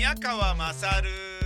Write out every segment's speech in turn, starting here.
宮川勝。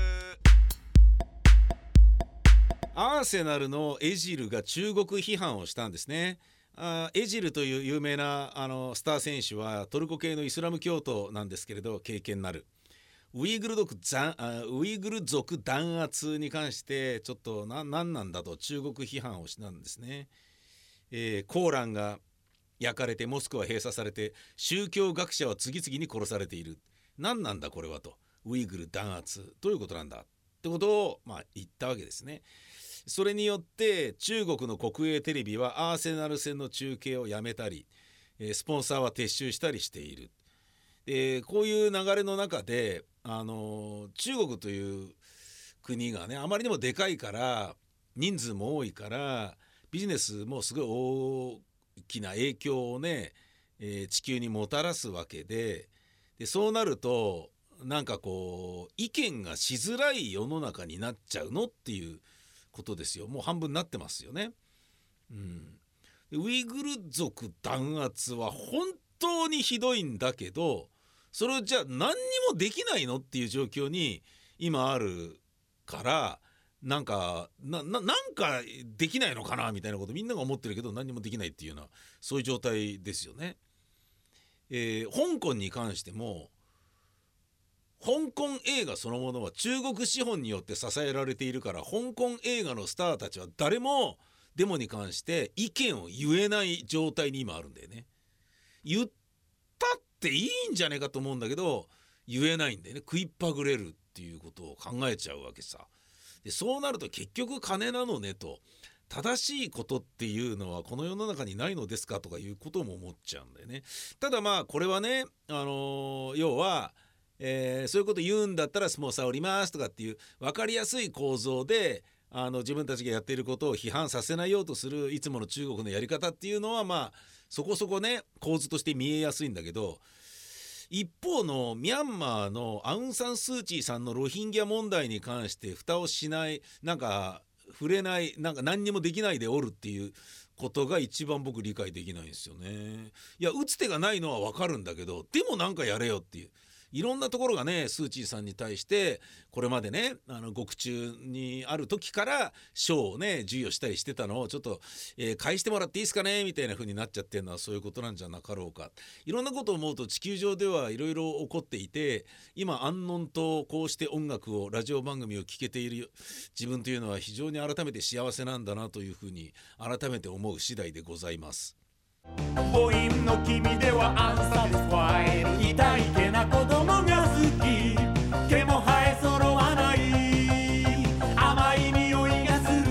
アーセナルのエジルが中国批判をしたんですね。エジルという有名なスター選手はトルコ系のイスラム教徒なんですけれど、経験なるウイグル族弾圧に関してちょっと何なんだと中国批判をしたんですね。コーランが焼かれてモスクは閉鎖されて宗教学者は次々に殺されている。何なんだこれはと。ウイグル弾圧どういうことなんだってことを言ったわけですね。それによって中国の国営テレビはアーセナル戦の中継をやめたりスポンサーは撤収したりしている。こういう流れの中で中国という国がねあまりにもでかいから人数も多いからビジネスもすごい大きな影響をね、地球にもたらすわけで、そうなるとなんかこう意見がしづらい世の中になっちゃうのっていうことですよ。もう半分になってますよね。ウイグル族弾圧は本当にひどいんだけど、それをじゃあ何にもできないのっていう状況に今あるから、なんかできないのかなみたいなことみんなが思ってるけど何にもできないっていうようなそういう状態ですよね。香港に関しても香港映画そのものは中国資本によって支えられているから、香港映画のスターたちは誰もデモに関して意見を言えない状態に今あるんだよね。言ったっていいんじゃねえかと思うんだけど言えないんだよね。食いっぱぐれるっていうことを考えちゃうわけさ。でそうなると結局金なのねと、正しいことっていうのはこの世の中にないのですかとかいうことも思っちゃうんだよね。ただこれはね、要はそういうこと言うんだったらスポンサーを売りますとかっていう分かりやすい構造で自分たちがやっていることを批判させないようとするいつもの中国のやり方っていうのはそこそこね構図として見えやすいんだけど、一方のミャンマーのアウン・サン・スー・チーさんのロヒンギャ問題に関して蓋をしない、触れない、何にもできないでおるっていうことが一番僕理解できないんですよね。いや打つ手がないのは分かるんだけど、でもやれよっていう。いろんなところがねスー・チーさんに対してこれまでね獄中にある時から賞をね授与したりしてたのをちょっと、返してもらっていいですかねみたいな風になっちゃってるのはそういうことなんじゃなかろうか。いろんなことを思うと地球上ではいろいろ起こっていて、今安穏とこうして音楽をラジオ番組を聴けている自分というのは非常に改めて幸せなんだなという風に改めて思う次第でございます。 母音の君ではアンサティスファイル、痛いけな子供が好き、毛も生え揃わない甘い匂いがする。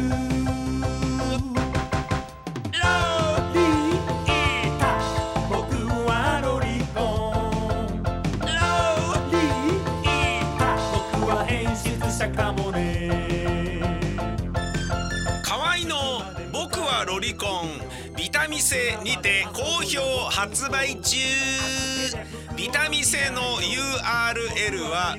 ロリータ、僕はロリコン。ロリータ、僕は演出者かもね。 河合の僕はロリコンビタミセにて好評発売中。ビタミセの URL は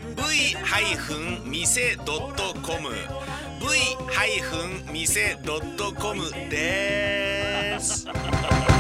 v-mise.com v-mise.com です。